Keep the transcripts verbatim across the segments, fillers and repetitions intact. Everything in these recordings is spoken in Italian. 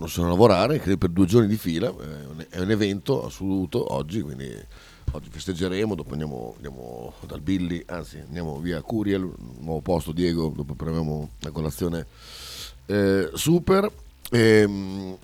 non sono a lavorare, credo per due giorni di fila, è un, è un evento assoluto oggi, quindi oggi festeggeremo, dopo andiamo, andiamo dal Billy, anzi andiamo via Curiel, nuovo posto Diego, dopo prendiamo la colazione eh, super e,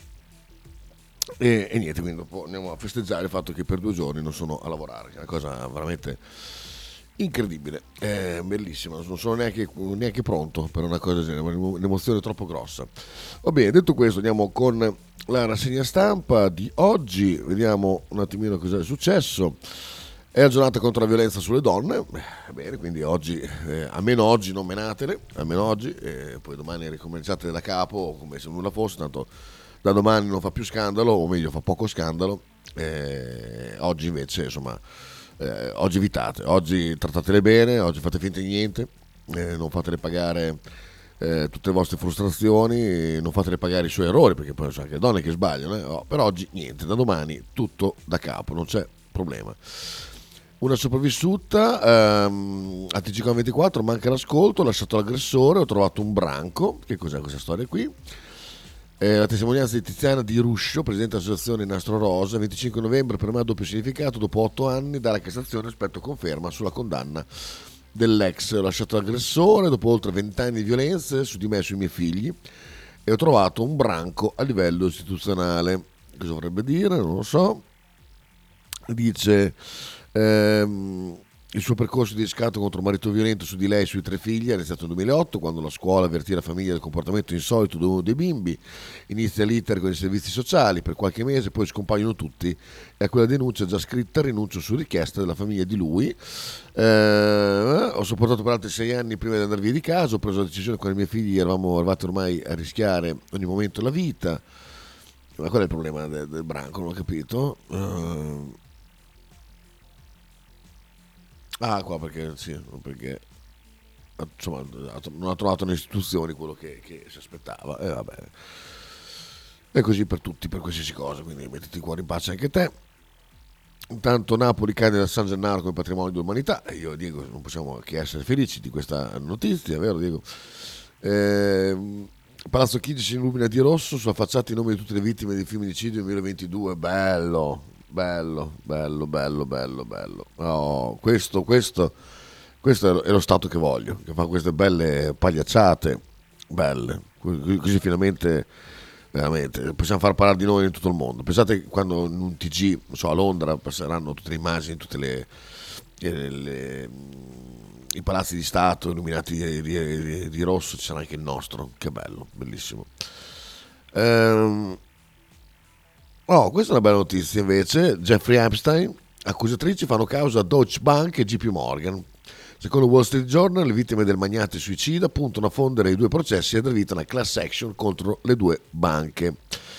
e, e niente, quindi dopo andiamo a festeggiare il fatto che per due giorni non sono a lavorare, che è una cosa veramente incredibile, è bellissimo, non sono neanche, neanche pronto per una cosa del genere, un'emozione troppo grossa. Va bene, detto questo andiamo con la rassegna stampa di oggi, vediamo un attimino cosa è successo. È la giornata contro la violenza sulle donne, bene, quindi oggi, eh, almeno oggi non menatele, almeno oggi, eh, poi domani ricominciate da capo come se nulla fosse, tanto da domani non fa più scandalo, o meglio fa poco scandalo, eh, oggi invece insomma, eh, oggi evitate, oggi trattatele bene, oggi fate finta di niente, eh, non fatele pagare eh, tutte le vostre frustrazioni, non fatele pagare i suoi errori, perché poi sono anche le donne che sbagliano, eh, oh, per oggi niente, da domani tutto da capo, non c'è problema. Una sopravvissuta ehm, a T G Com ventiquattro, manca l'ascolto, ho lasciato l'aggressore, ho trovato un branco. Che cos'è questa storia qui? Eh, la testimonianza di Tiziana Di Ruscio, presidente dell'associazione Nastro Rosa, venticinque novembre, per me ha doppio significato, dopo otto anni dalla Cassazione aspetto conferma sulla condanna dell'ex. Ho lasciato l'aggressore dopo oltre venti anni di violenze su di me e sui miei figli e ho trovato un branco a livello istituzionale. Cosa vorrebbe dire? Non lo so. Dice ehm, il suo percorso di riscatto contro un marito violento su di lei e sui tre figli è iniziato nel duemilaotto, quando la scuola avvertì la famiglia del comportamento insolito di uno dei bimbi. Inizia l'iter con i servizi sociali per qualche mese, poi scompaiono tutti e a quella denuncia già scritta rinuncio su richiesta della famiglia di lui. Eh, ho sopportato per altri sei anni prima di andare via di casa, ho preso la decisione quando i miei figli eravamo arrivati ormai a rischiare ogni momento della vita. Ma qual è il problema del, del branco? Non ho capito. Uh, ah, qua perché sì, perché insomma non ha trovato nelle istituzioni quello che, che si aspettava. E eh, vabbè. È così per tutti, per qualsiasi cosa, quindi mettiti il cuore in pace anche te. Intanto Napoli cade da San Gennaro come patrimonio dell'umanità e io e Diego non possiamo che essere felici di questa notizia, vero Diego? Ehm Palazzo Chigi si illumina di rosso, sulla facciata i nomi di tutte le vittime di femminicidio nel duemilaventidue. Bello, bello, bello, bello, bello, bello. Oh, questo, questo, questo è lo stato che voglio, che fa queste belle pagliacciate, belle, così finalmente, veramente, possiamo far parlare di noi in tutto il mondo. Pensate quando in un T G, non so, a Londra passeranno tutte le immagini, tutte le, le, le i palazzi di Stato illuminati di, di, di rosso, ci sarà anche il nostro, che bello, bellissimo. Ehm, oh, questa è una bella notizia invece. Jeffrey Epstein, accusatrici fanno causa a Deutsche Bank e J P Morgan. Secondo Wall Street Journal, le vittime del magnate suicida puntano a fondere i due processi e a dar vita a una class action contro le due banche.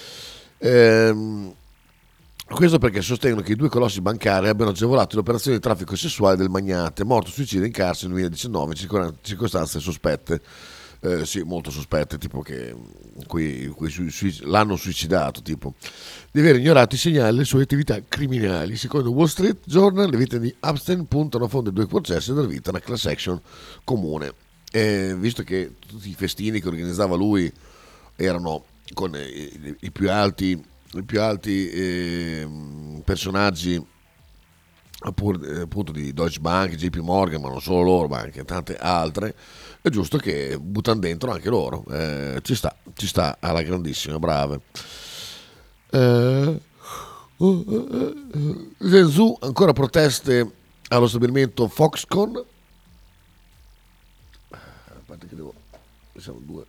Ehm, Questo perché sostengono che i due colossi bancari abbiano agevolato le operazioni di traffico sessuale del magnate, morto suicida in carcere nel duemiladiciannove in circostanze sospette. Eh, sì, molto sospette, tipo che qui, qui sui, sui, l'hanno suicidato, tipo di aver ignorato i segnali delle sue attività criminali. Secondo Wall Street Journal, le vittime di Epstein puntano a fondere due processi e dar vita a una class action comune. E visto che tutti i festini che organizzava lui erano con i, i più alti i più alti eh, personaggi appunto di Deutsche Bank, J P Morgan, ma non solo loro, ma anche tante altre, è giusto che buttano dentro anche loro. Eh, ci sta, ci sta alla grandissima, brave. Eh, uh, uh, uh, Zenzou, ancora proteste allo stabilimento Foxconn. Aspetta che devo... Siamo due.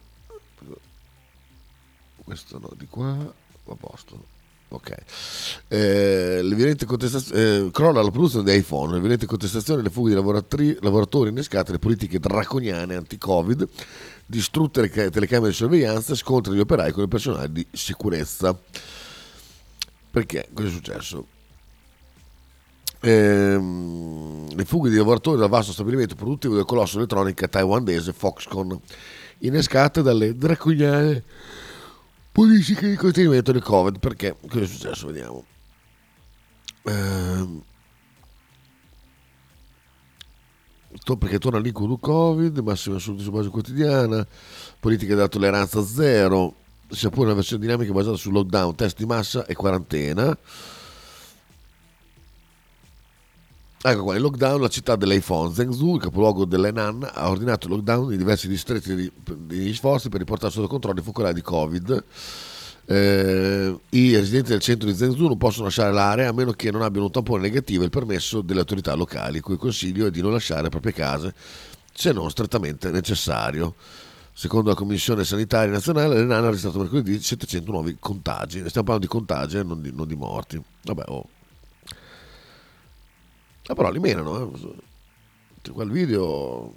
Questo no, di qua a posto. Ok. Eh, le violente contestazioni eh, crolla la produzione di iPhone, le violente contestazioni e le fughe di lavoratori innescate le politiche draconiane anti-Covid, distrutte le telecamere di sorveglianza, scontri degli operai con il personale di sicurezza. Perché? Cosa è successo? Ehm, le fughe di lavoratori dal vasto stabilimento produttivo del colosso elettronica taiwanese Foxconn, innescate dalle draconiane politiche di contenimento del Covid. Perché? Cosa è successo? Vediamo. Ehm, perché torna l'incubo Covid, massima assoluta su base quotidiana, politica della tolleranza zero. sia pure una versione dinamica basata su lockdown, test di massa e quarantena. Ecco qua, in lockdown la città dell'iPhone, Zhengzhou, il capoluogo dell'Henan, ha ordinato il lockdown in diversi distretti di- degli sforzi per riportare sotto controllo i focolai di Covid. Eh, I residenti del centro di Zhengzhou non possono lasciare l'area a meno che non abbiano un tampone negativo e il permesso delle autorità locali, il cui consiglio è di non lasciare le proprie case se non strettamente necessario. Secondo la Commissione Sanitaria Nazionale, l'Henan ha registrato mercoledì settecento nuovi contagi. Stiamo parlando di contagi, eh, non di, non di morti. Vabbè, oh. Ah, però li menano, eh. C'è quel video,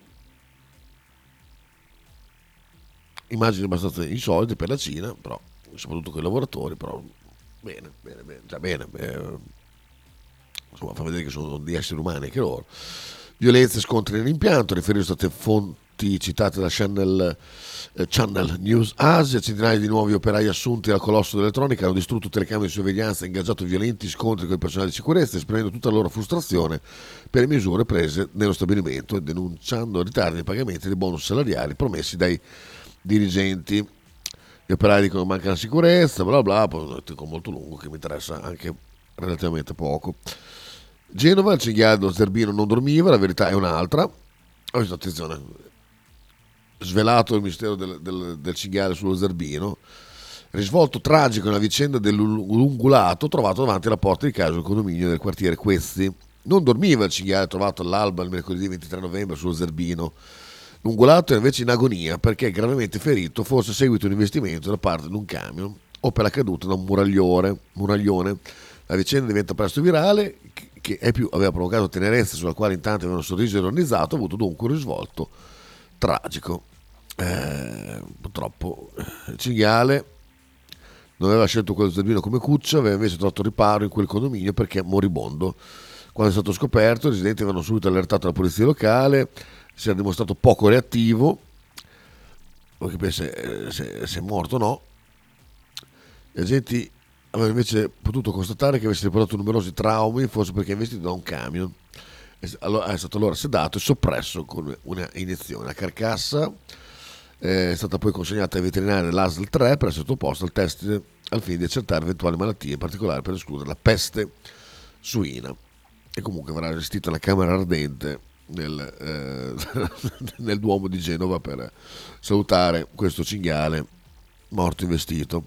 immagini abbastanza insolite per la Cina, però soprattutto con i lavoratori, però bene, bene, bene, già bene, eh, insomma fa vedere che sono di esseri umani anche loro. Violenze e scontri nell'impianto, riferiscono state fonti citate da Channel, eh, Channel News Asia. Centinaia di nuovi operai assunti dal colosso dell'elettronica hanno distrutto telecamere di sorveglianza e ingaggiato violenti scontri con il personale di sicurezza, esprimendo tutta la loro frustrazione per le misure prese nello stabilimento e denunciando ritardi nei pagamenti dei bonus salariali promessi dai dirigenti. Gli operai dicono che manca la sicurezza, bla bla, poi un articolo molto lungo che mi interessa anche relativamente poco. Genova, il cinghiale dello zerbino non dormiva, la verità è un'altra. Oh, attenzione, svelato il mistero del, del, del cinghiale sullo zerbino. Risvolto tragico nella vicenda dell'ungulato trovato davanti alla porta di casa del condominio del quartiere Questi. Non dormiva il cinghiale trovato all'alba il mercoledì ventitré novembre sullo zerbino. L'ungulato è invece in agonia perché è gravemente ferito, forse a seguito di un investimento da parte di un camion o per la caduta da un muraglione. muraglione. La vicenda diventa presto virale, che è più, aveva provocato tenerezza sulla quale in tanti avevano sorriso e ironizzato, ha avuto dunque un risvolto tragico. Eh, purtroppo il cinghiale non aveva scelto quello zerbino come cuccia, aveva invece trovato riparo in quel condominio perché è moribondo. Quando è stato scoperto, i residenti avevano subito allertato la polizia locale, si era dimostrato poco reattivo, vuoi capire se, se, se è morto o no. Gli agenti avevano invece potuto constatare che avesse riportato numerosi traumi, forse perché è investito da un camion. È stato allora sedato e soppresso con una iniezione. La carcassa è stata poi consegnata ai veterinari dell'A S L tre per essere sottoposta al test al fine di accertare eventuali malattie, in particolare per escludere la peste suina. E comunque verrà allestita una camera ardente nel, eh, nel Duomo di Genova per salutare questo cinghiale morto investito.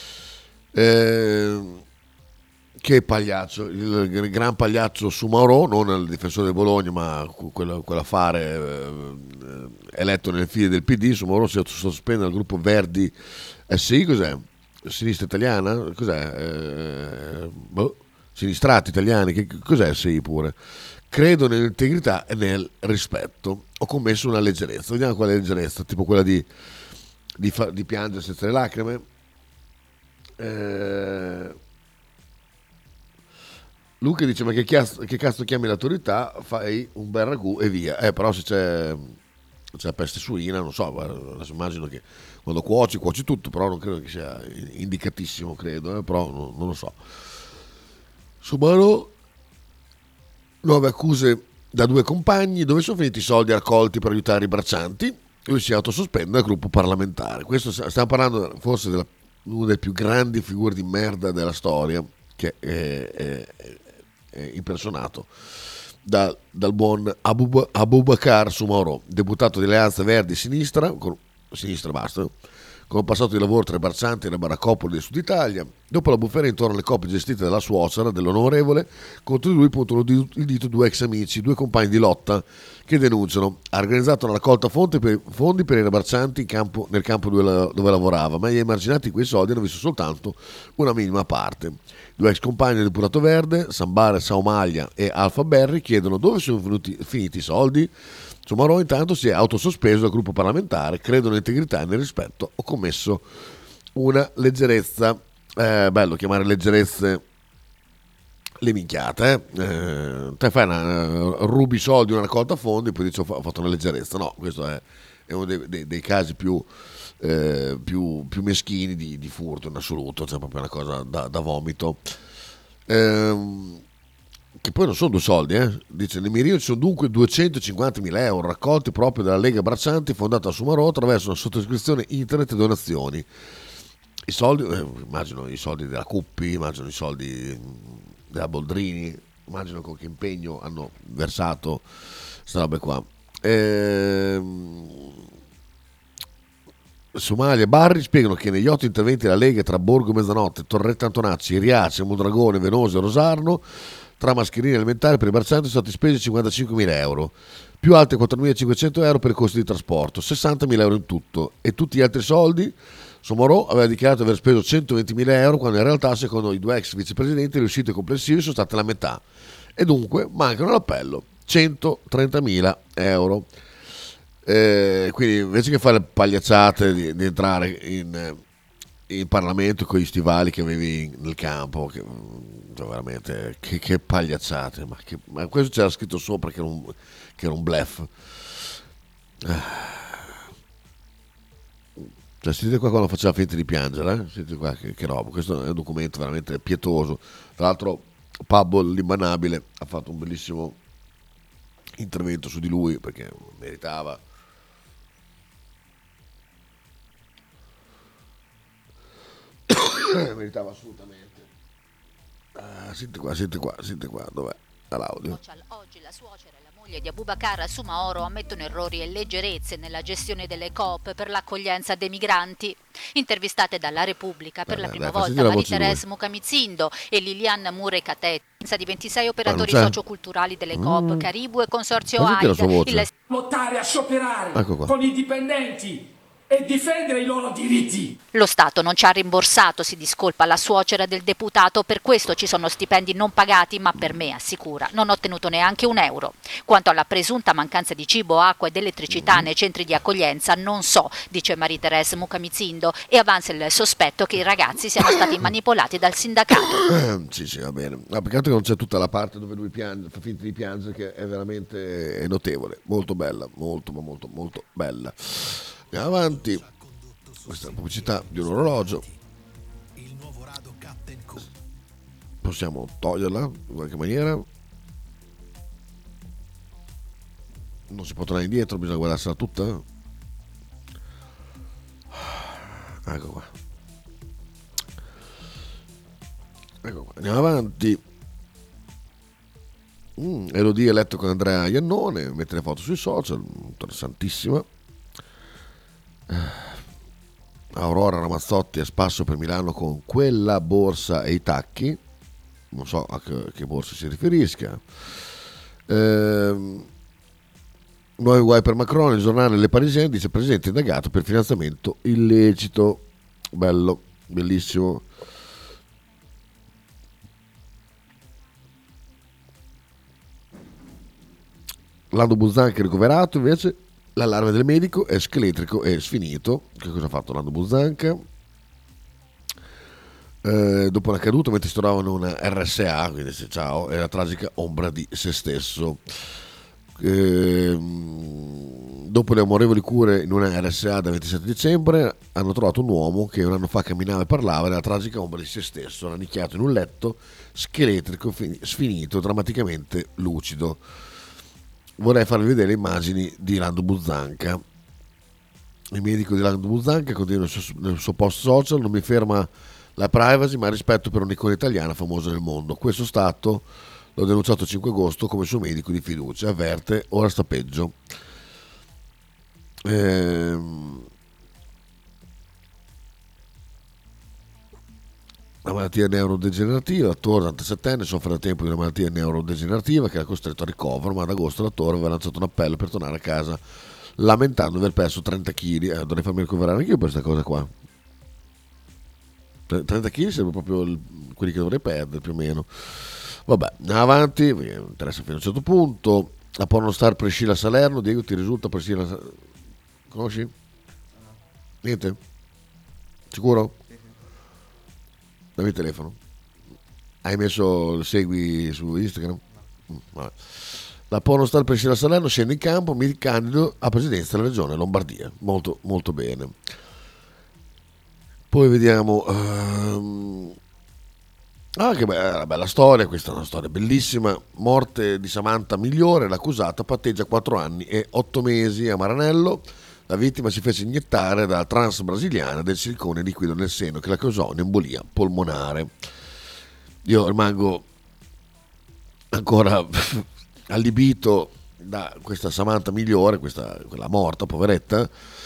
Eh, che pagliaccio, il gran pagliaccio Sumarò, non il difensore del Bologna, ma quello, quell'affare eh, eletto nelle file del P D. Sumarò si sospende dal gruppo Verdi S I, cos'è? Sinistra italiana? Cos'è? Eh, boh. Sinistrati italiani, che cos'è S I pure? Credo nell'integrità e nel rispetto. Ho commesso una leggerezza, vediamo quale leggerezza, tipo quella di, di, fa, di piangere senza le lacrime. Eh, Luca dice: ma che, chias- che cazzo chiami l'autorità? Fai un bel ragù e via. Eh, però se c'è, c'è la peste suina, non so, adesso immagino che quando cuoci, cuoci tutto, però non credo che sia indicatissimo, credo, eh, però non, non lo so. Subaru, nuove accuse da due compagni. Dove sono finiti i soldi raccolti per aiutare i braccianti? Lui si autosospende dal gruppo parlamentare. Questo stiamo parlando forse della una delle più grandi figure di merda della storia, che è, è, è impersonato da, dal buon Abub, Abubakar Soumahoro, deputato di Alleanza Verdi Sinistra, con, sinistra basta, con un passato di lavoro tra i braccianti e le baraccopoli del Sud Italia. Dopo la bufera intorno alle coppie gestite dalla suocera dell'onorevole, contro di lui puntano il dito due ex amici, due compagni di lotta, che denunciano: ha organizzato una raccolta fondi per, fondi per i braccianti in campo, nel campo dove, dove lavorava, ma gli emarginati di quei soldi hanno visto soltanto una minima parte. Due ex compagni del deputato verde, Sambare Saumaglia e Alfa Berri, chiedono dove sono venuti, finiti i soldi. Soumahoro intanto si è autosospeso dal gruppo parlamentare, credo nell'integrità e nel rispetto, ho commesso una leggerezza. Eh, bello chiamare leggerezze le minchiate, eh? Eh, te fai una, rubi soldi, una raccolta fondi, poi dici ho fatto una leggerezza. No, questo è, è uno dei, dei, dei casi più, eh, più, più meschini di, di furto in assoluto, cioè proprio una cosa da, da vomito. Ehm, che poi non sono due soldi, eh? Dice: nel Mirio ci sono dunque duecentocinquantamila euro raccolti proprio dalla Lega Braccianti, fondata a Soumahoro attraverso una sottoscrizione internet e donazioni. I soldi, eh, immagino i soldi della Cuppi, immagino i soldi della Boldrini, immagino con che impegno hanno versato queste robe qua. Ehm, Somalia e Barri spiegano che negli otto interventi della Lega tra Borgo Mezzanotte, Torretta Antonacci, Riace, Mondragone, Venosa e Rosarno, tra mascherine alimentari per i braccianti sono stati spesi cinquantacinquemila euro, più altri quattromilacinquecento euro per i costi di trasporto, sessantamila euro in tutto, e tutti gli altri soldi. Somorò aveva dichiarato di aver speso centoventimila euro, quando in realtà, secondo i due ex vicepresidenti, le uscite complessive sono state la metà, e dunque mancano l'appello, centotrentamila euro. Eh, quindi invece che fare pagliacciate di, di entrare in, in Parlamento con gli stivali che avevi nel campo, che, cioè veramente che, che pagliacciate, ma, che, ma questo c'era scritto sopra che era un, che era un bluff. Cioè, sentite qua quando faceva finta di piangere, eh? Sentite qua che, che roba, questo è un documento veramente pietoso. Tra l'altro Pablo l'immanabile ha fatto un bellissimo intervento su di lui, perché meritava. Meritava assolutamente. Ah, senti qua, senti qua, senti qua, dov'è? All'audio. Oggi la suocera e la moglie di Abubakar Sumaoro ammettono errori e leggerezze nella gestione delle coop per l'accoglienza dei migranti. Intervistate dalla Repubblica per Dai, la dai, prima dai, volta la Marie-Thérèse Mucamizindo e Lilian Murekatè, di ventisei operatori c'è? socioculturali delle coop Mm. Caribou e Consorzio Ma senti la sua AID. voce? Il lottare a scioperare Ecco qua. con i dipendenti e difendere i loro diritti. Lo Stato non ci ha rimborsato, si discolpa la suocera del deputato, per questo ci sono stipendi non pagati, ma per me, assicura, non ho ottenuto neanche un euro. Quanto alla presunta mancanza di cibo, acqua ed elettricità nei centri di accoglienza, non so, dice Marie-Thérèse Mucamizindo, e avanza il sospetto che i ragazzi siano stati manipolati dal sindacato. Sì, sì, va bene. Ma peccato che non c'è tutta la parte dove lui piange, fa finta di piangere, che è veramente è notevole, molto bella, molto, ma molto, molto bella. Andiamo avanti. Questa è la pubblicità di un orologio. Possiamo toglierla in qualche maniera. Non si può tornare indietro, bisogna guardarsela tutta. Ecco qua. Ecco qua. Andiamo avanti. Mm, Elodie a letto con Andrea Iannone, mette le foto sui social, interessantissima. Aurora Ramazzotti a spasso per Milano con quella borsa e i tacchi, non so a che, che borsa si riferisca. Ehm, nuovi guai per Macron, il giornale Le Parisien dice presidente indagato per finanziamento illecito. Bello, bellissimo. Lando Buzzanchi ricoverato, invece l'allarme del medico è scheletrico e sfinito. Che cosa ha fatto Lando Buzzanca? Eh, dopo una caduta mentre si trovava in una R S A, quindi se ciao, è la tragica ombra di se stesso. Eh, dopo le amorevoli cure in una R S A del ventisette dicembre hanno trovato un uomo che un anno fa camminava e parlava della tragica ombra di se stesso, rannicchiato in un letto scheletrico, sfinito, drammaticamente lucido. Vorrei farvi vedere le immagini di Lando Buzzanca. Il medico di Lando Buzzanca continua nel suo, nel suo post social: non mi ferma la privacy ma il rispetto per un'icona italiana famosa nel mondo. Questo stato l'ho denunciato il cinque agosto come suo medico di fiducia, avverte ora sta peggio. Ehm... La malattia neurodegenerativa, l'attore trentasettenne soffre da tempo di una malattia neurodegenerativa che l'ha costretto a ricovero, ma ad agosto l'attore aveva lanciato un appello per tornare a casa lamentando di aver perso trenta chili. Eh, dovrei farmi ricoverare anche io per questa cosa qua. trenta chili sarebbe proprio il, quelli che dovrei perdere più o meno. Vabbè, andiamo avanti, mi interessa fino a un certo punto. La pornostar Priscilla Salerno. Diego, ti risulta Priscilla Salerno? Conosci? Niente? Sicuro? Dammi il telefono. Hai messo il segui su Instagram? Mm, vabbè. La pornostar Priscilla Salerno scende in campo, mi candido a presidenza della regione Lombardia. Molto, molto bene. Poi vediamo. Um... Ah, che bella, bella storia. Questa è una storia bellissima. Morte di Samantha Migliore. L'accusata patteggia quattro anni e otto mesi a Maranello. La vittima si fece iniettare dalla trans brasiliana del silicone liquido nel seno che la causò un'embolia polmonare. Io rimango ancora allibito da questa Samantha Migliore, questa, quella morta, poveretta.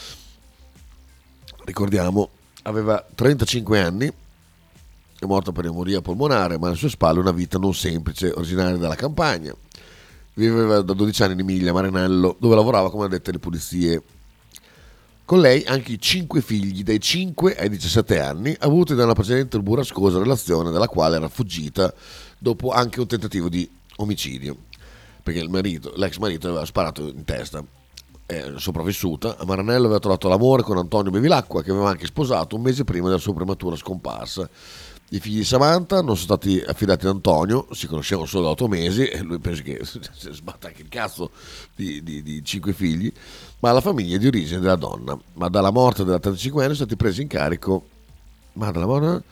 Ricordiamo, aveva trentacinque anni, è morta per embolia polmonare, ma alle sue spalle una vita non semplice, originaria dalla campagna. Viveva da dodici anni in Emilia, Maranello, dove lavorava come addetta alle pulizie. Con lei anche i cinque figli, dai cinque ai diciassette anni, avuti da una precedente burrascosa relazione dalla quale era fuggita dopo anche un tentativo di omicidio, perché il marito, l'ex marito aveva sparato in testa. È sopravvissuta. A Maranello aveva trovato l'amore con Antonio Bevilacqua, che aveva anche sposato un mese prima della sua prematura scomparsa. I figli di Samantha non sono stati affidati ad Antonio, si conoscevano solo da otto mesi e lui pensa che si sbatta anche il cazzo di, di, di cinque figli, ma la famiglia è di origine della donna. Ma dalla morte della trentacinquenne sono stati presi in carico, ma dalla morte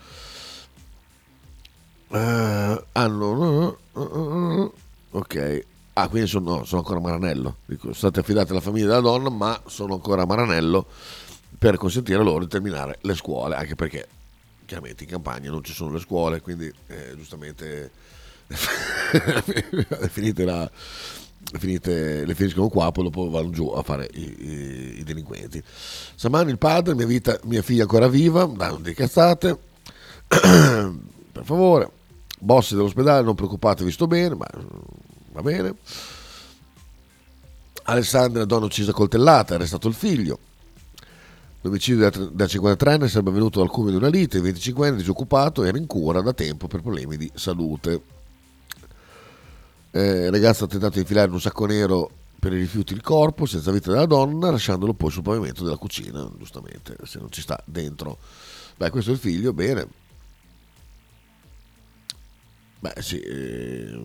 uh, hanno uh, uh, uh, ok, ah quindi sono, no, sono ancora a Maranello. Dico, sono stati affidati alla famiglia della donna, ma sono ancora a Maranello per consentire loro di terminare le scuole, anche perché chiaramente in campagna non ci sono le scuole, quindi eh, giustamente finite, la, finite le finiscono qua, poi dopo vanno giù a fare i, i, i delinquenti. Samani, il padre, mia, vita, mia figlia ancora viva, danno delle cazzate, per favore, boss dell'ospedale, non preoccupatevi, sto bene, ma va bene. Alessandra, donna uccisa coltellata, è arrestato il figlio. L'omicidio da cinquantatrenne sarebbe avvenuto dal culmine di una lite. Il venticinquenne disoccupato era in cura da tempo per problemi di salute. Eh, il ragazzo ha tentato di infilare in un sacco nero per i rifiuti il corpo senza vita della donna, lasciandolo poi sul pavimento della cucina, giustamente, se non ci sta dentro. Beh, questo è il figlio, bene. Beh, sì. Eh...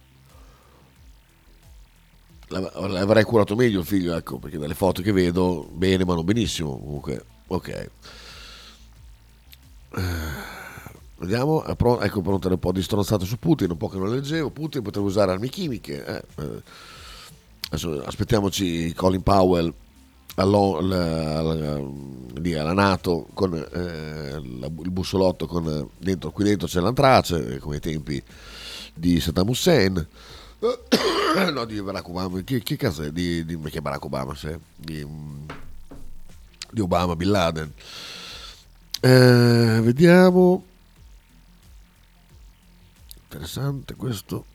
L'avrei curato meglio il figlio, ecco, perché dalle foto che vedo bene ma non benissimo. Comunque, ok, eh, vediamo, è pronto, ecco pronto un po' di stronzate su Putin, un po' che non leggevo. Putin potrebbe usare armi chimiche, eh. Eh, adesso aspettiamoci Colin Powell alla, alla, alla, lì alla NATO con eh, la, il bussolotto con dentro, qui dentro c'è l'antrace, come ai tempi di Saddam Hussein. No, di Barack Obama. Chi, chi cazzo è? Di, di, che Barack Obama, sì. di, di Obama, Bin Laden. Eh, vediamo. Interessante questo.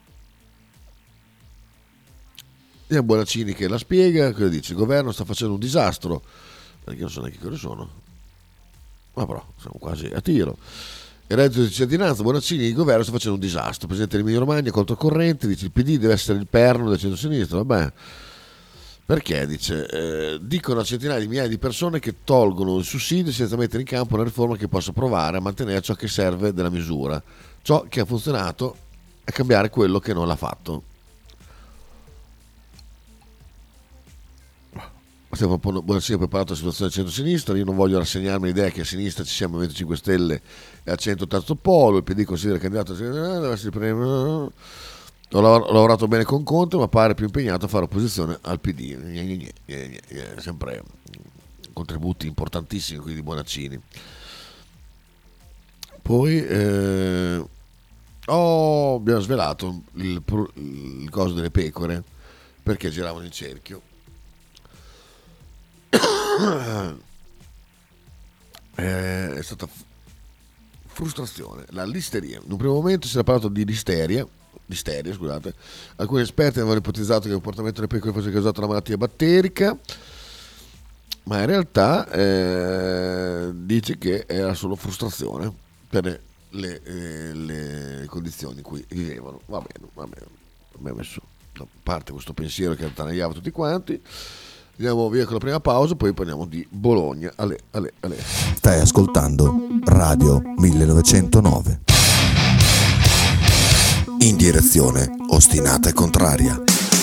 Vediamo Bonaccini che la spiega. Cosa dice? Il governo sta facendo un disastro, perché non so neanche che ore sono, ma però siamo quasi a tiro. Il reddito di cittadinanza, Bonaccini, il governo sta facendo un disastro. Presidente dell'Emilia Romagna controcorrente, dice il P D deve essere il perno del centro-sinistra. Vabbè, perché? Dice, eh, dicono a centinaia di migliaia di persone che tolgono il sussidio senza mettere in campo una riforma che possa provare a mantenere ciò che serve della misura. Ciò che ha funzionato è cambiare quello che non l'ha fatto. Stiamo Bonaccini ha preparato la situazione del centro-sinistra. Io non voglio rassegnarmi l'idea che a sinistra ci siamo Movimento cinque Stelle e a centro terzo polo. Il P D considera il candidato deve essere premio. Ho lavorato bene con Conte, ma pare più impegnato a fare opposizione al P D. Sempre contributi importantissimi qui di Bonaccini. Poi eh, oh, abbiamo svelato il, il coso delle pecore, perché giravano in cerchio. È stata frustrazione, la listeria. In un primo momento si era parlato di listeria, listeria scusate. Alcuni esperti avevano ipotizzato che il comportamento delle pecore fosse causato da una malattia batterica, ma in realtà eh, dice che era solo frustrazione per le, eh, le condizioni in cui vivevano. Va bene, va bene. Abbiamo messo da parte questo pensiero che attanagliava tutti quanti. Andiamo via con la prima pausa, poi parliamo di Bologna. Ale, ale, ale. Stai ascoltando Radio millenovecentonove. In direzione ostinata e contraria.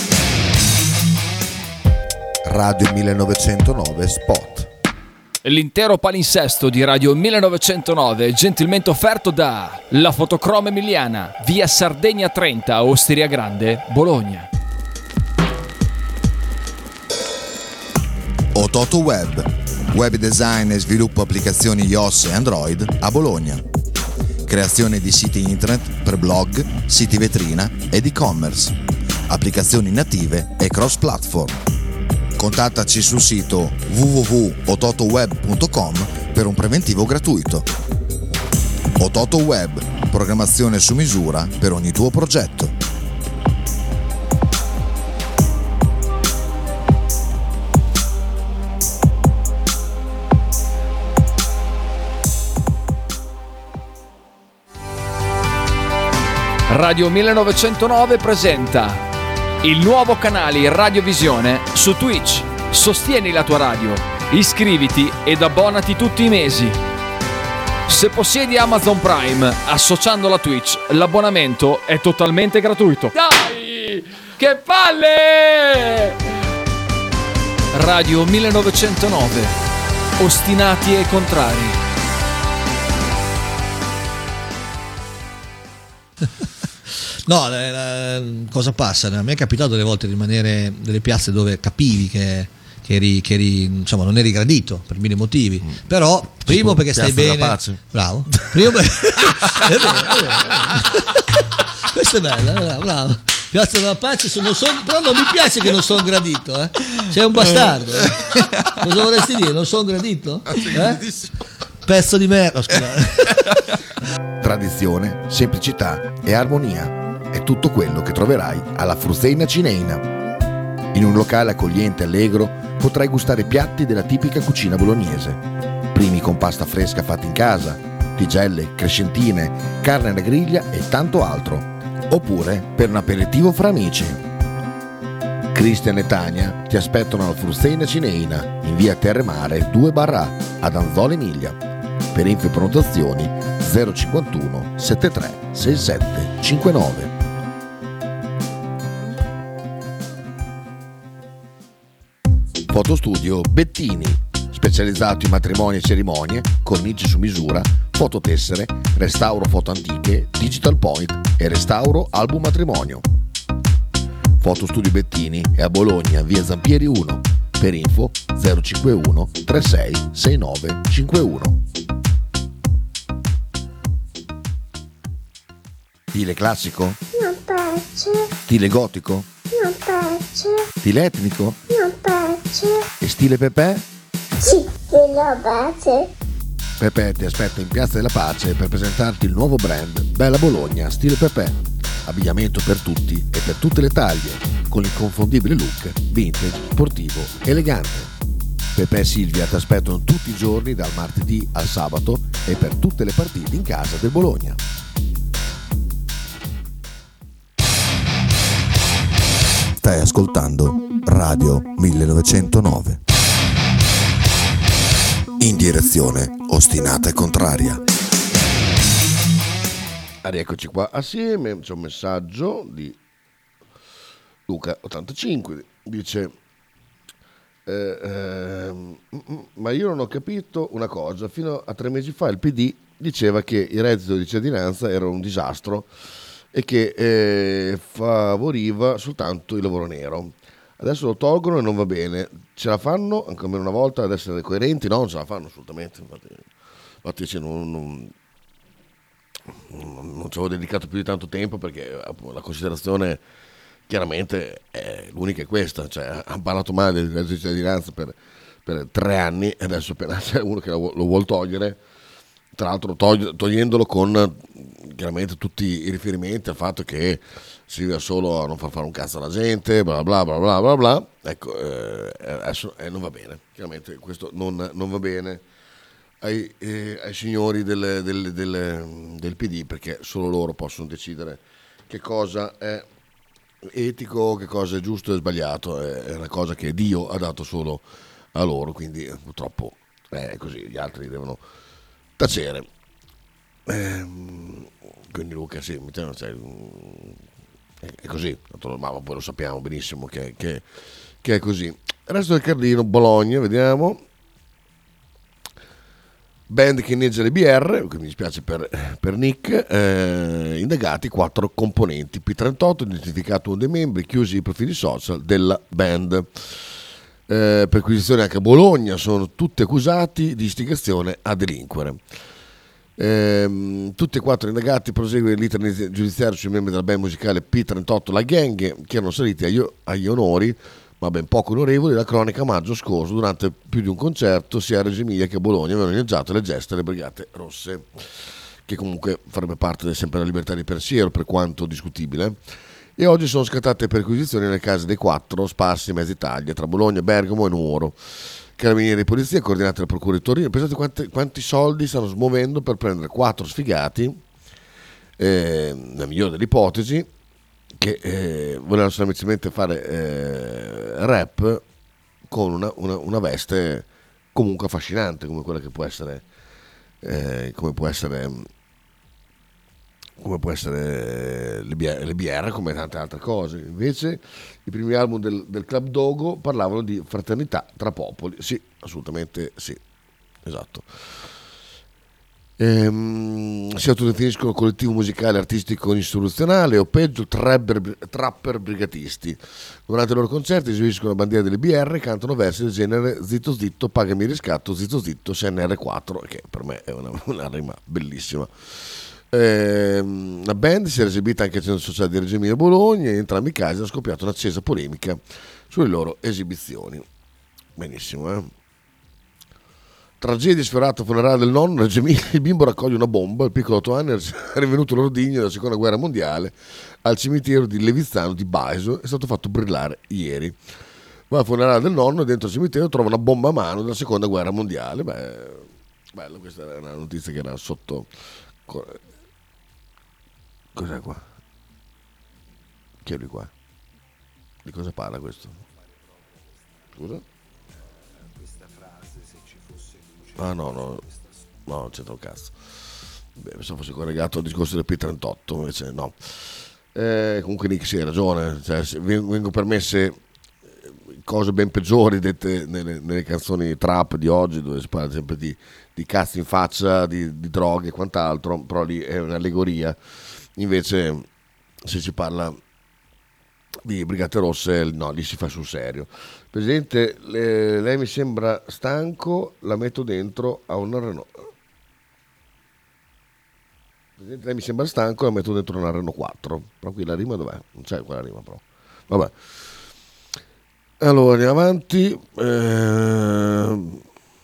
Radio millenovecentonove Spot. L'intero palinsesto di Radio millenovecentonove è gentilmente offerto da La Fotocroma Emiliana, via Sardegna trenta, Osteria Grande, Bologna. Ototo Web, web design e sviluppo applicazioni iOS e Android a Bologna. Creazione di siti internet per blog, siti vetrina ed e-commerce, applicazioni native e cross-platform. Contattaci sul sito w w w punto ototoweb punto com per un preventivo gratuito. Ototo Web, programmazione su misura per ogni tuo progetto. Radio millenovecentonove presenta il nuovo canale Radiovisione su Twitch. Sostieni la tua radio, iscriviti ed abbonati tutti i mesi. Se possiedi Amazon Prime, associando a Twitch, l'abbonamento è totalmente gratuito. Dai! Che palle! Radio millenovecentonove. Ostinati e contrari. No, la, la, cosa passa? A me è capitato delle volte di rimanere nelle piazze dove capivi che, che, eri, che eri, insomma, non eri gradito per mille motivi. Mm. Però, tipo, primo perché stai bene. Pace. Bravo. Primo perché... è vero, è vero. Questo è bello, bravo, bravo. Piazza della Pace, sono, sono, però non mi piace che non sono gradito, eh. Sei un bastardo. Eh. Cosa vorresti dire? Non sono gradito? Eh? Pezzo di merda, scusate. Tradizione, semplicità e armonia è tutto quello che troverai alla Fruzeina Cineina. In un locale accogliente e allegro potrai gustare piatti della tipica cucina bolognese, primi con pasta fresca fatta in casa, tigelle, crescentine, carne alla griglia e tanto altro, oppure per un aperitivo fra amici. Cristian e Tania ti aspettano alla Fruzeina Cineina in via Terremare due barra A ad Anzola Emilia. Per info e prenotazioni zero cinquantuno settantatré sessantasette cinquantanove. Fotostudio Bettini, specializzato in matrimoni e cerimonie, cornici su misura, fototessere, restauro foto antiche, digital point e restauro album matrimonio. Fotostudio Bettini è a Bologna, via Zampieri uno. Per info zero cinquantuno trentasei sessantanove cinquantuno. Stile classico? Non piace. Stile gotico? Non piace. Stile etnico? Non piace. E stile Pepe? Sì, lo piace. Pepe ti aspetta in Piazza della Pace per presentarti il nuovo brand Bella Bologna Stile Pepe. Abbigliamento per tutti e per tutte le taglie, con l'inconfondibile look vintage, sportivo, elegante. Pepe e Silvia ti aspettano tutti i giorni dal martedì al sabato e per tutte le partite in casa del Bologna. Stai ascoltando Radio millenovecentonove. In direzione ostinata e contraria. Ah, rieccoci qua assieme. C'è un messaggio di Luca ottantacinque, dice eh, eh, ma io non ho capito una cosa, fino a tre mesi fa il P D diceva che il reddito di cittadinanza era un disastro e che eh, favoriva soltanto il lavoro nero. Adesso lo tolgono e non va bene. Ce la fanno anche almeno una volta ad essere coerenti? No, non ce la fanno assolutamente. Infatti, infatti cioè, non, non, non ci avevo dedicato più di tanto tempo perché la considerazione chiaramente è l'unica è questa. Cioè, hanno parlato male del reddito di cittadinanza per, per tre anni e adesso appena c'è uno che lo, lo vuol togliere, tra l'altro togli, togliendolo con chiaramente tutti i riferimenti al fatto che serve solo a non far fare un cazzo alla gente, bla bla bla bla bla bla. Ecco, eh, adesso eh, non va bene, chiaramente questo non, non va bene ai, eh, ai signori del, del, del, del P D, perché solo loro possono decidere che cosa è etico, che cosa è giusto e sbagliato. È una cosa che Dio ha dato solo a loro, quindi purtroppo è così, gli altri devono tacere. Eh, quindi Luca, sì, cioè, è così, ma poi lo sappiamo benissimo che, che, che è così. Il resto del Carlino, Bologna, vediamo. Band che inneggia le B R, quindi mi dispiace per, per Nick. Eh, indagati quattro componenti. P trentotto, identificato uno dei membri, chiusi i profili social della band. eh, perquisizioni anche a Bologna, sono tutti accusati di istigazione a delinquere. Ehm, tutti e quattro indagati prosegue l'iter giudiziario sui membri della band musicale P trentotto La Gang, che erano saliti agli, agli onori, ma ben poco onorevoli, la cronaca maggio scorso durante più di un concerto sia a Reggio Emilia che a Bologna avevano inneggiato le gesta delle Brigate Rosse, che comunque farebbe parte del, sempre della libertà di pensiero, per quanto discutibile. E oggi sono scattate perquisizioni nelle case dei quattro sparsi in mezza Italia, tra Bologna, Bergamo e Nuoro. Carabinieri di polizia coordinati dalla Procura di Torino. Pensate quanti, quanti soldi stanno smuovendo per prendere quattro sfigati, eh, nella migliore delle ipotesi, che eh, volevano semplicemente fare eh, rap con una, una, una veste comunque affascinante, come quella che può essere eh, come può essere come può essere le B R, le B R, come tante altre cose. Invece i primi album del, del Club Dogo parlavano di fraternità tra popoli. Sì, assolutamente sì, esatto. Ehm, si autodefiniscono collettivo musicale artistico istituzionale o peggio trapper, trapper brigatisti. Durante i loro concerti esibiscono la bandiera delle B R e cantano versi del genere zitto zitto pagami il riscatto, zitto zitto C N R quattro, che per me è una, una rima bellissima. La band si era esibita anche al centro sociale di Reggio Emilia e Bologna e in entrambi i casi ha scoppiato un'accesa polemica sulle loro esibizioni. Benissimo, eh? Tragedia sfiorata funerale del nonno. Reggio Emilia, il bimbo raccoglie una bomba, il piccolo otto anni è rinvenuto l'ordigno della seconda guerra mondiale al cimitero di Levizzano di Baeso, è stato fatto brillare ieri. Va al funerale del nonno e dentro il cimitero trova una bomba a mano della seconda guerra mondiale. Beh, bello, questa era una notizia che era sotto... Cos'è qua? Chi è lui qua? Di cosa parla questo? Scusa? Ah no, no, no, non c'entra un cazzo. Beh, pensavo fosse collegato al discorso del P trentotto, invece no. Eh, comunque Nick sì, hai ragione, cioè, vengono permesse cose ben peggiori dette nelle, nelle canzoni trap di oggi, dove si parla sempre di, di cazzi in faccia, di, di droghe e quant'altro, però lì è un'allegoria. Invece se si parla di Brigate Rosse, no, lì si fa sul serio. Presidente, le, lei mi sembra stanco, la metto dentro a una Renault. Presidente, lei mi sembra stanco, la metto dentro a una Renault quattro. Però qui la rima dov'è? Non c'è quella rima però. Vabbè. Allora, andiamo avanti. Eh...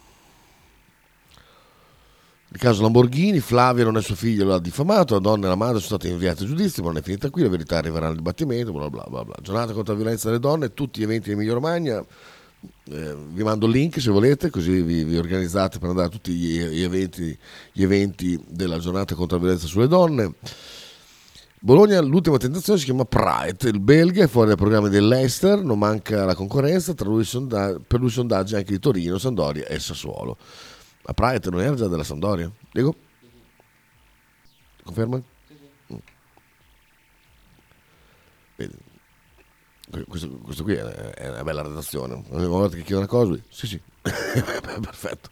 Il caso Lamborghini, Flavia non è suo figlio, lo ha diffamato, la donna e la madre sono state inviate a giudizio, ma non è finita qui, la verità arriverà nel dibattimento, bla bla bla bla. Giornata contro la violenza delle donne, tutti gli eventi di Emilia Romagna, eh, vi mando il link se volete, così vi, vi organizzate per andare a tutti gli, gli, eventi, gli eventi della giornata contro la violenza sulle donne. Bologna, l'ultima tentazione si chiama Pride, il belga è fuori dal programma dell'Ester, non manca la concorrenza, tra lui sonda- per lui sondaggi anche di Torino, Sampdoria e Sassuolo. Ma Pride non era già della Sampdoria? Diego? Conferma? Mm. Vedi. Questo, questo qui è, è una bella redazione. Ogni volta che chiedo una cosa, lui, sì sì, perfetto.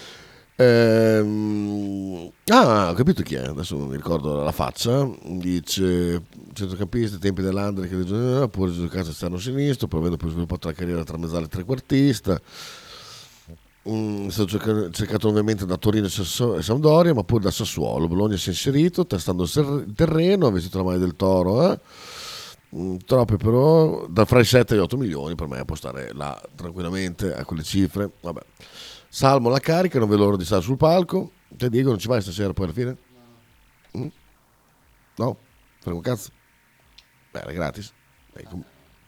Ehm, ah, ho capito chi è, adesso non mi ricordo la faccia. Dice centrocampista, tempi dell'Andre che pure giocato esterno sinistro, poi avendo poi sviluppato la carriera tra mezzale e trequartista. Mm, è stato cercato ovviamente da Torino e Sampdoria, ma pure da Sassuolo. Bologna si è inserito testando il terreno, ha vestito la maglia del Toro, eh? mm, troppe però, da fra i sette e gli otto milioni per me può stare là tranquillamente a quelle cifre. Vabbè. Salmo la carica, non vedo l'ora di stare sul palco. Te Diego non ci vai stasera poi alla fine? Mm? No? Faremo un cazzo? Beh, era gratis. Beh, com-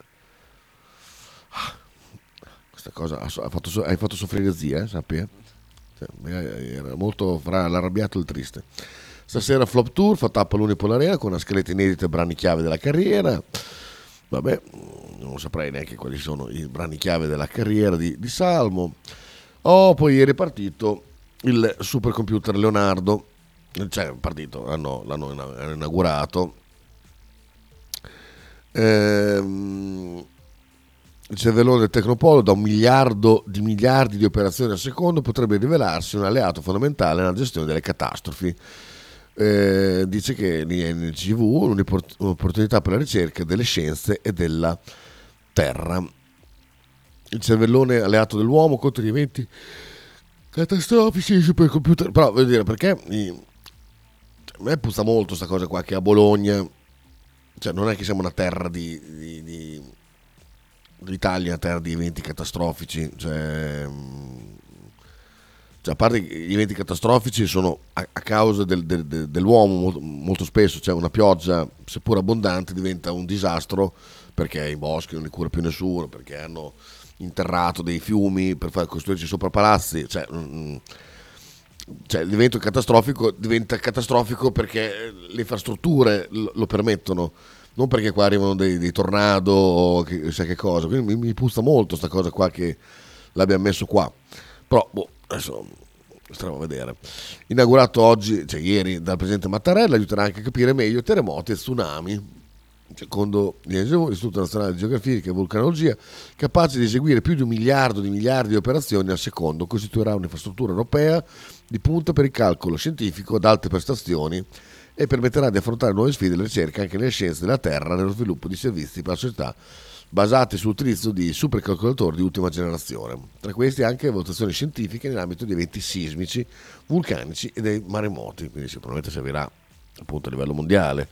Questa cosa ha fatto, hai fatto soffrire zia, eh, sappi? Eh? Era molto fra l'arrabbiato e il triste. Stasera Flop Tour, fa tappa all'Unipol Arena con una scaletta inedita e brani chiave della carriera. Vabbè, non saprei neanche quali sono i brani chiave della carriera di, di Salmo. Oh, poi ieri è partito il supercomputer Leonardo, cioè è partito, l'hanno, l'hanno inaugurato. Ehm... Il cervellone del Tecnopolo, da un miliardo di miliardi di operazioni al secondo, potrebbe rivelarsi un alleato fondamentale nella gestione delle catastrofi. Eh, dice che l'I N G V è un'opportunità per la ricerca delle scienze e della Terra. il cervellone alleato dell'uomo contro gli eventi catastrofici i supercomputer. Però voglio dire, perché mi, a me puzza molto sta cosa qua che a Bologna, cioè non è che siamo una terra di, di, di l'Italia, una terra di eventi catastrofici, cioè, cioè a parte gli eventi catastrofici sono a, a causa del, del, del, dell'uomo molto, molto spesso, cioè una pioggia seppur abbondante diventa un disastro perché i boschi non li cura più nessuno, perché hanno interrato dei fiumi per far costruirci sopra palazzi, cioè, mm, cioè l'evento catastrofico diventa catastrofico perché le infrastrutture lo, lo permettono, non perché qua arrivano dei, dei tornado o che, sai che cosa. Quindi mi, mi puzza molto sta cosa qua che l'abbiamo messo qua, però boh, adesso staremo a vedere. Inaugurato oggi, cioè ieri, dal presidente Mattarella, aiuterà anche a capire meglio terremoti e tsunami. Secondo l'Istituto Nazionale di Geografia e Vulcanologia, capace di eseguire più di un miliardo di miliardi di operazioni al secondo, costituirà un'infrastruttura europea di punta per il calcolo scientifico ad alte prestazioni e permetterà di affrontare nuove sfide della ricerca anche nelle scienze della Terra, nello sviluppo di servizi per la società basati sull'utilizzo di supercalcolatori di ultima generazione. Tra questi anche valutazioni scientifiche nell'ambito di eventi sismici, vulcanici e dei maremoti, quindi sicuramente servirà appunto a livello mondiale.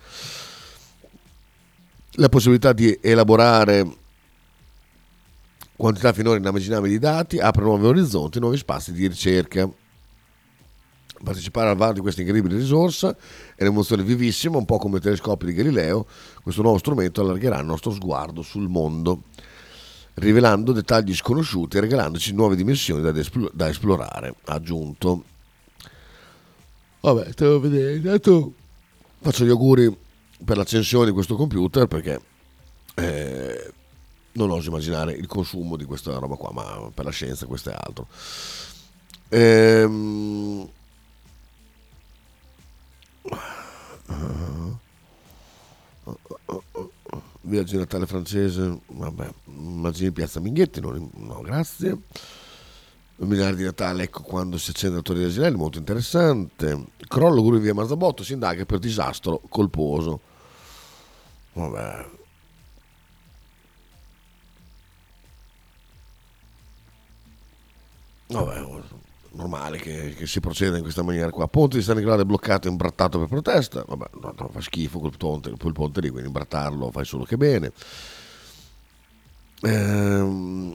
La possibilità di elaborare quantità finora inimmaginabili di dati apre nuovi orizzonti, nuovi spazi di ricerca. Partecipare al varo di questa incredibile risorsa è un'emozione vivissima, un po' come i telescopi di Galileo. Questo nuovo strumento allargherà il nostro sguardo sul mondo, rivelando dettagli sconosciuti e regalandoci nuove dimensioni da, espl- da esplorare, ha aggiunto. Vabbè, te lo vedete, intanto faccio gli auguri per l'accensione di questo computer, perché eh, non oso immaginare il consumo di questa roba qua, ma per la scienza questo è altro. Ehm, Viaggio di Natale francese, vabbè, immagini Piazza Minghetti, non, no grazie. Luminari di Natale, ecco quando si accende la torre di Asinelli, molto interessante. Crollo gru via Marzabotto, si indaga per disastro colposo. Vabbè. Vabbè, normale che, che si proceda in questa maniera qua. Ponte di San Nicolò è bloccato e imbrattato per protesta. Vabbè, no, no, fa schifo quel ponte, quel ponte lì, quindi imbrattarlo fai solo che bene. Ehm,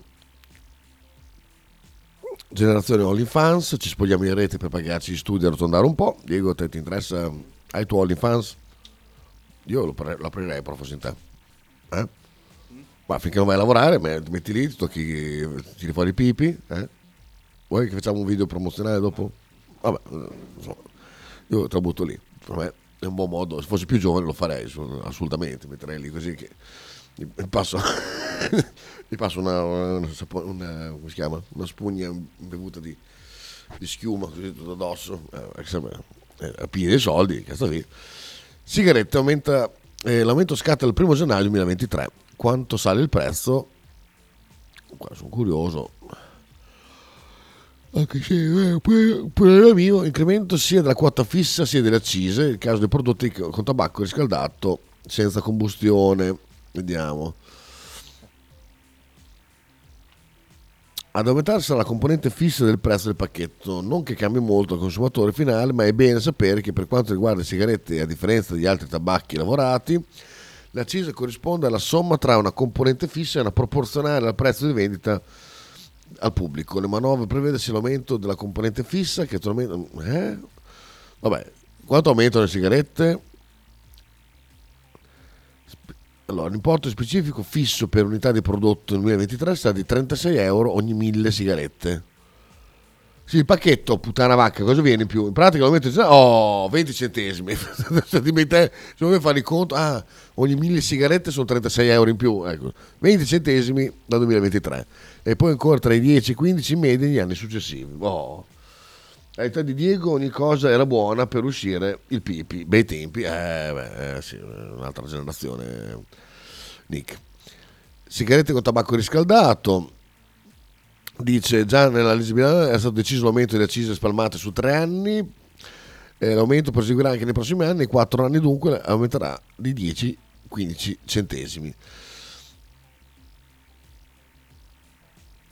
generazione OnlyFans, ci spogliamo in rete per pagarci gli studi e arrotondare un po'. Diego, te ti interessa? Hai il tuo OnlyFans? Io lo, pre- lo aprirei, però fossi in te. Eh? Ma finché non vai a lavorare, ti metti lì, ti tocchi, tiri fuori i pipi, eh? Vuoi che facciamo un video promozionale dopo? Vabbè, insomma, io te lo butto lì. Per me è un buon modo, se fossi più giovane lo farei assolutamente, metterei lì così che mi passo, mi passo una, una, una, come si chiama? Una spugna bevuta di, di schiuma così tutto addosso, eh, a piedi dei soldi, cazzo lì. Sigarette aumenta, eh, l'aumento scatta il primo gennaio duemilaventitré. Quanto sale il prezzo? Qua sono curioso. Anche se eh, pure mio incremento sia della quota fissa sia delle accise nel caso dei prodotti con tabacco riscaldato senza combustione. Vediamo. Ad aumentare sarà la componente fissa del prezzo del pacchetto, non che cambi molto al consumatore finale, ma è bene sapere che per quanto riguarda le sigarette, a differenza di altri tabacchi lavorati, l'accisa corrisponde alla somma tra una componente fissa e una proporzionale al prezzo di vendita al pubblico. Le manovre prevede sia l'aumento della componente fissa che attualmente eh? Vabbè, quanto aumentano le sigarette? Allora, l'importo specifico fisso per unità di prodotto nel duemilaventitré sarà di trentasei euro ogni mille sigarette. Sì, il pacchetto, puttana vacca, cosa viene in più? In pratica l'aumento di oh, venti centesimi. Se vuoi fare il conto, ah, ogni mille sigarette sono trentasei euro in più, ecco, venti centesimi dal duemilaventitré. E poi ancora tra i dieci e i quindici in media negli anni successivi. Oh. All'età di Diego ogni cosa era buona per uscire il pipi. Bei tempi, eh, beh, eh, sì, un'altra generazione, Nick. Sigarette con tabacco riscaldato. Dice già nella legge bilancio è stato deciso l'aumento delle accise spalmate su tre anni, eh, l'aumento proseguirà anche nei prossimi anni, quattro anni dunque aumenterà di dieci quindici centesimi.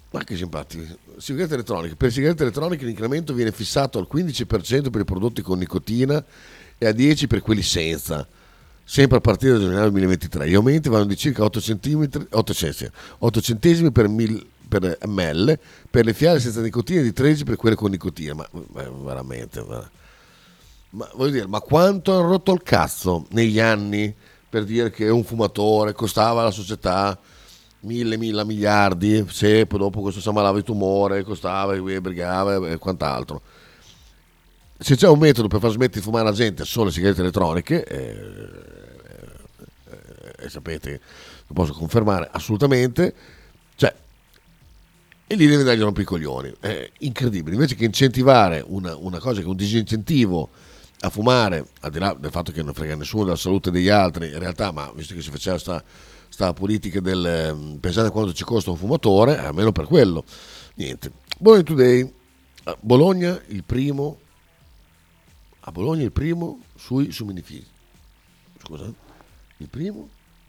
Ma che simpatici. Sigarette elettroniche. Per le sigarette elettroniche l'incremento viene fissato al quindici per cento per i prodotti con nicotina e a dieci per cento per quelli senza, sempre a partire da gennaio duemilaventitré. Gli aumenti vanno di circa otto centimetri, otto centesimi per, mil, per ml per le fiale senza nicotina e di tredici per quelle con nicotina. Ma, ma veramente, ma, ma voglio dire, ma quanto hanno rotto il cazzo negli anni per dire che un fumatore costava alla società mille, mille miliardi, se poi dopo questo si ammalava di tumore, costava, e brigava e quant'altro. Se c'è un metodo per far smettere di fumare la gente solo le sigarette elettroniche, eh, eh, eh, sapete, lo posso confermare assolutamente, cioè, e lì devi dargli rompi i coglioni. È incredibile, invece che incentivare una, una cosa che è un disincentivo a fumare, al di là del fatto che non frega nessuno della salute degli altri, in realtà, ma visto che si faceva sta sta politica del pensate quanto ci costa un fumatore, almeno per quello niente. Bologna Today, a Bologna il primo a Bologna il primo sui femminicidi, scusa, il primo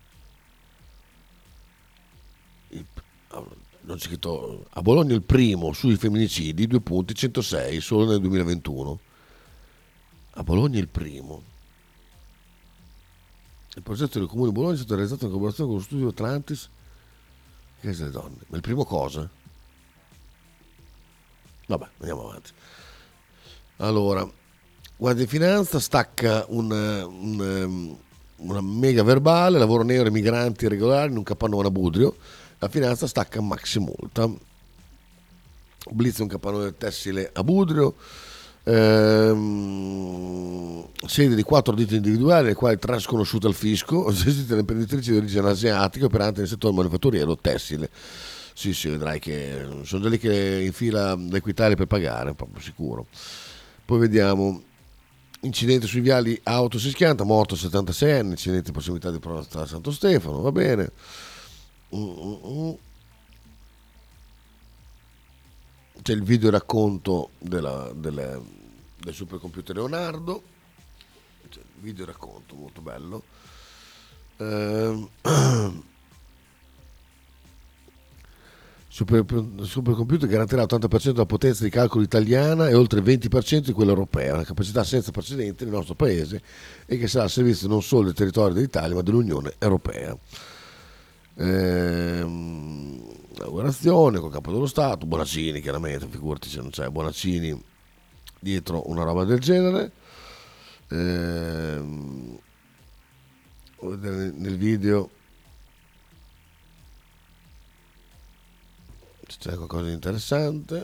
il, non c'è scritto, a Bologna il primo sui femminicidi, due punti, centosei solo nel duemilaventuno. A Bologna il primo. Il progetto del Comune di Bologna è stato realizzato in collaborazione con lo studio Atlantis, che è delle donne. Ma il primo cosa? Vabbè, andiamo avanti. Allora, Guardia di Finanza stacca un, un, una mega verbale, lavoro nero e migranti irregolari in un capannone a Budrio. La Finanza stacca maxi multa. Blitz un capannone tessile a Budrio. Ehm, sede di quattro ditte individuali, le quali tre sconosciute al fisco, gestite da imprenditrici di origine asiatica operanti nel settore manifatturiero tessile. Sì, sì, vedrai che sono già lì che infila l'Equitalia per pagare, proprio sicuro. Poi vediamo incidente sui viali, auto si schianta, morto settantasei anni, incidente in prossimità di Piazza Santo Stefano, va bene. Mm-mm. C'è il video racconto della, delle, del supercomputer Leonardo, c'è il video racconto molto bello. Eh, super, supercomputer garantirà l'ottanta per cento della potenza di calcolo italiana e oltre il venti per cento di quella europea, una capacità senza precedenti nel nostro paese e che sarà al servizio non solo del territorio dell'Italia ma dell'Unione Europea. Ehm, inaugurazione col capo dello Stato, Bonaccini chiaramente, figurati se non c'è Bonaccini dietro una roba del genere. Ehm, nel video c'è qualcosa di interessante.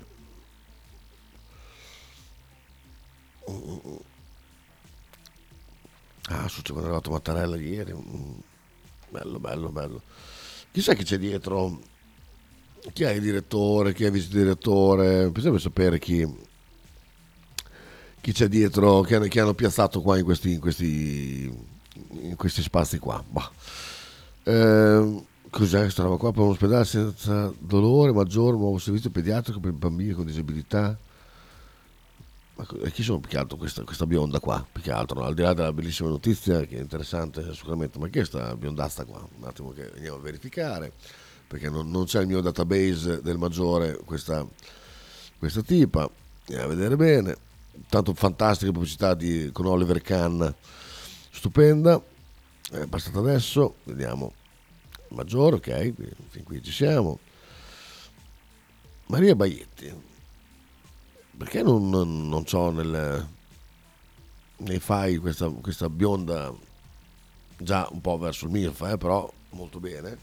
Ah, succede quando è arrivato Mattarella ieri. Bello, bello, bello. Chissà chi c'è dietro, chi è il direttore, chi è il vice direttore, bisogna sapere chi, chi c'è dietro, che hanno, che hanno piazzato qua in questi, in questi, in questi spazi qua. Bah. Eh, cos'è questa roba qua? Per un ospedale senza dolore, maggiore, nuovo servizio pediatrico per bambini con disabilità. Ma chi sono più che altro questa, questa bionda qua? Più che altro, no? Al di là della bellissima notizia che è interessante sicuramente, ma che è sta biondasta qua? Un attimo che andiamo a verificare, perché non, non c'è il mio database del maggiore questa, questa tipa. Andiamo a vedere bene. Tanto fantastica pubblicità di, con Oliver Kahn, stupenda. È passata adesso, vediamo maggiore, ok, fin qui ci siamo. Maria Baietti. Perché non, non, non c'ho nel, nei file questa, questa bionda già un po' verso il MILF, eh, però molto bene.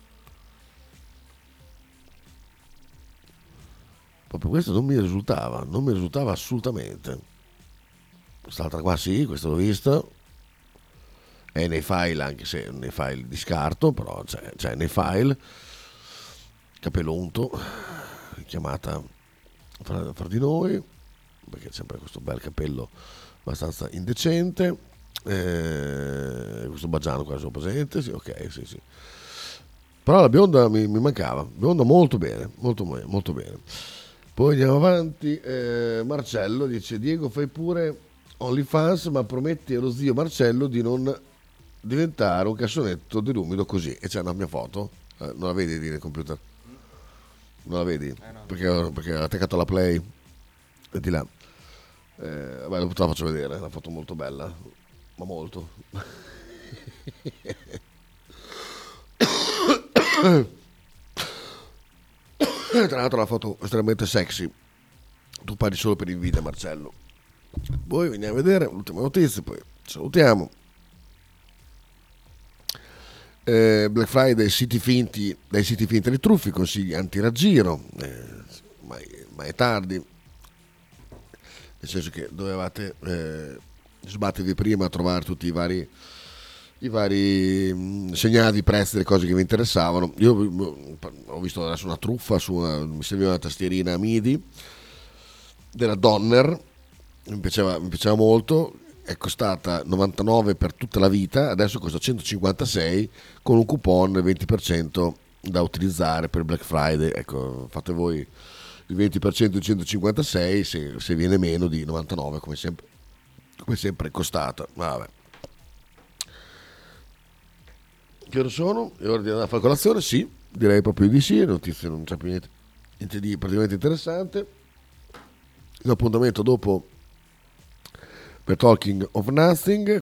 Proprio questo non mi risultava, non mi risultava assolutamente. Quest'altra qua sì, questa l'ho vista. È nei file, anche se nei file di scarto, però c'è, c'è nei file. Capello unto, chiamata Fra, fra di noi, perché c'è sempre questo bel capello abbastanza indecente, eh, questo bagiano qua sono presente, sì, ok, sì, sì. Però la bionda mi, mi mancava, bionda molto bene, molto, molto bene. Poi andiamo avanti, eh, Marcello dice: Diego, fai pure OnlyFans, ma prometti allo zio Marcello di non diventare un cassonetto dell'umido così. E c'è una mia foto, eh, non la vedi nel computer? Non la vedi? Eh no. Perché, perché ha attaccato la play e di là. Eh, vabbè, dopo te la faccio vedere, la foto molto bella, ma molto. Tra l'altro la foto estremamente sexy. Tu parli solo per invidia, Marcello. Poi veniamo a vedere l'ultima notizia, poi salutiamo. Eh, Black Friday, siti finti, dai siti finti alle truffe, consigli antiraggiro, eh, ma, ma è tardi, nel senso che dovevate eh, sbattervi prima a trovare tutti i vari i vari mh, segnali di prezzi delle cose che vi interessavano. Io mh, ho visto adesso una truffa su una, mi serviva una tastierina MIDI della Donner, mi piaceva, mi piaceva molto, è costata novantanove per tutta la vita, adesso costa centocinquantasei con un coupon venti per cento da utilizzare per Black Friday. Ecco, fate voi il venti per cento di centocinquantasei, se, se viene meno di novantanove come sempre, come sempre è costata. Vabbè. Che ore sono? È ora di andare a fare colazione? Sì, direi proprio di sì, notizie non c'è più niente, niente di praticamente interessante. L'appuntamento dopo per Talking of Nothing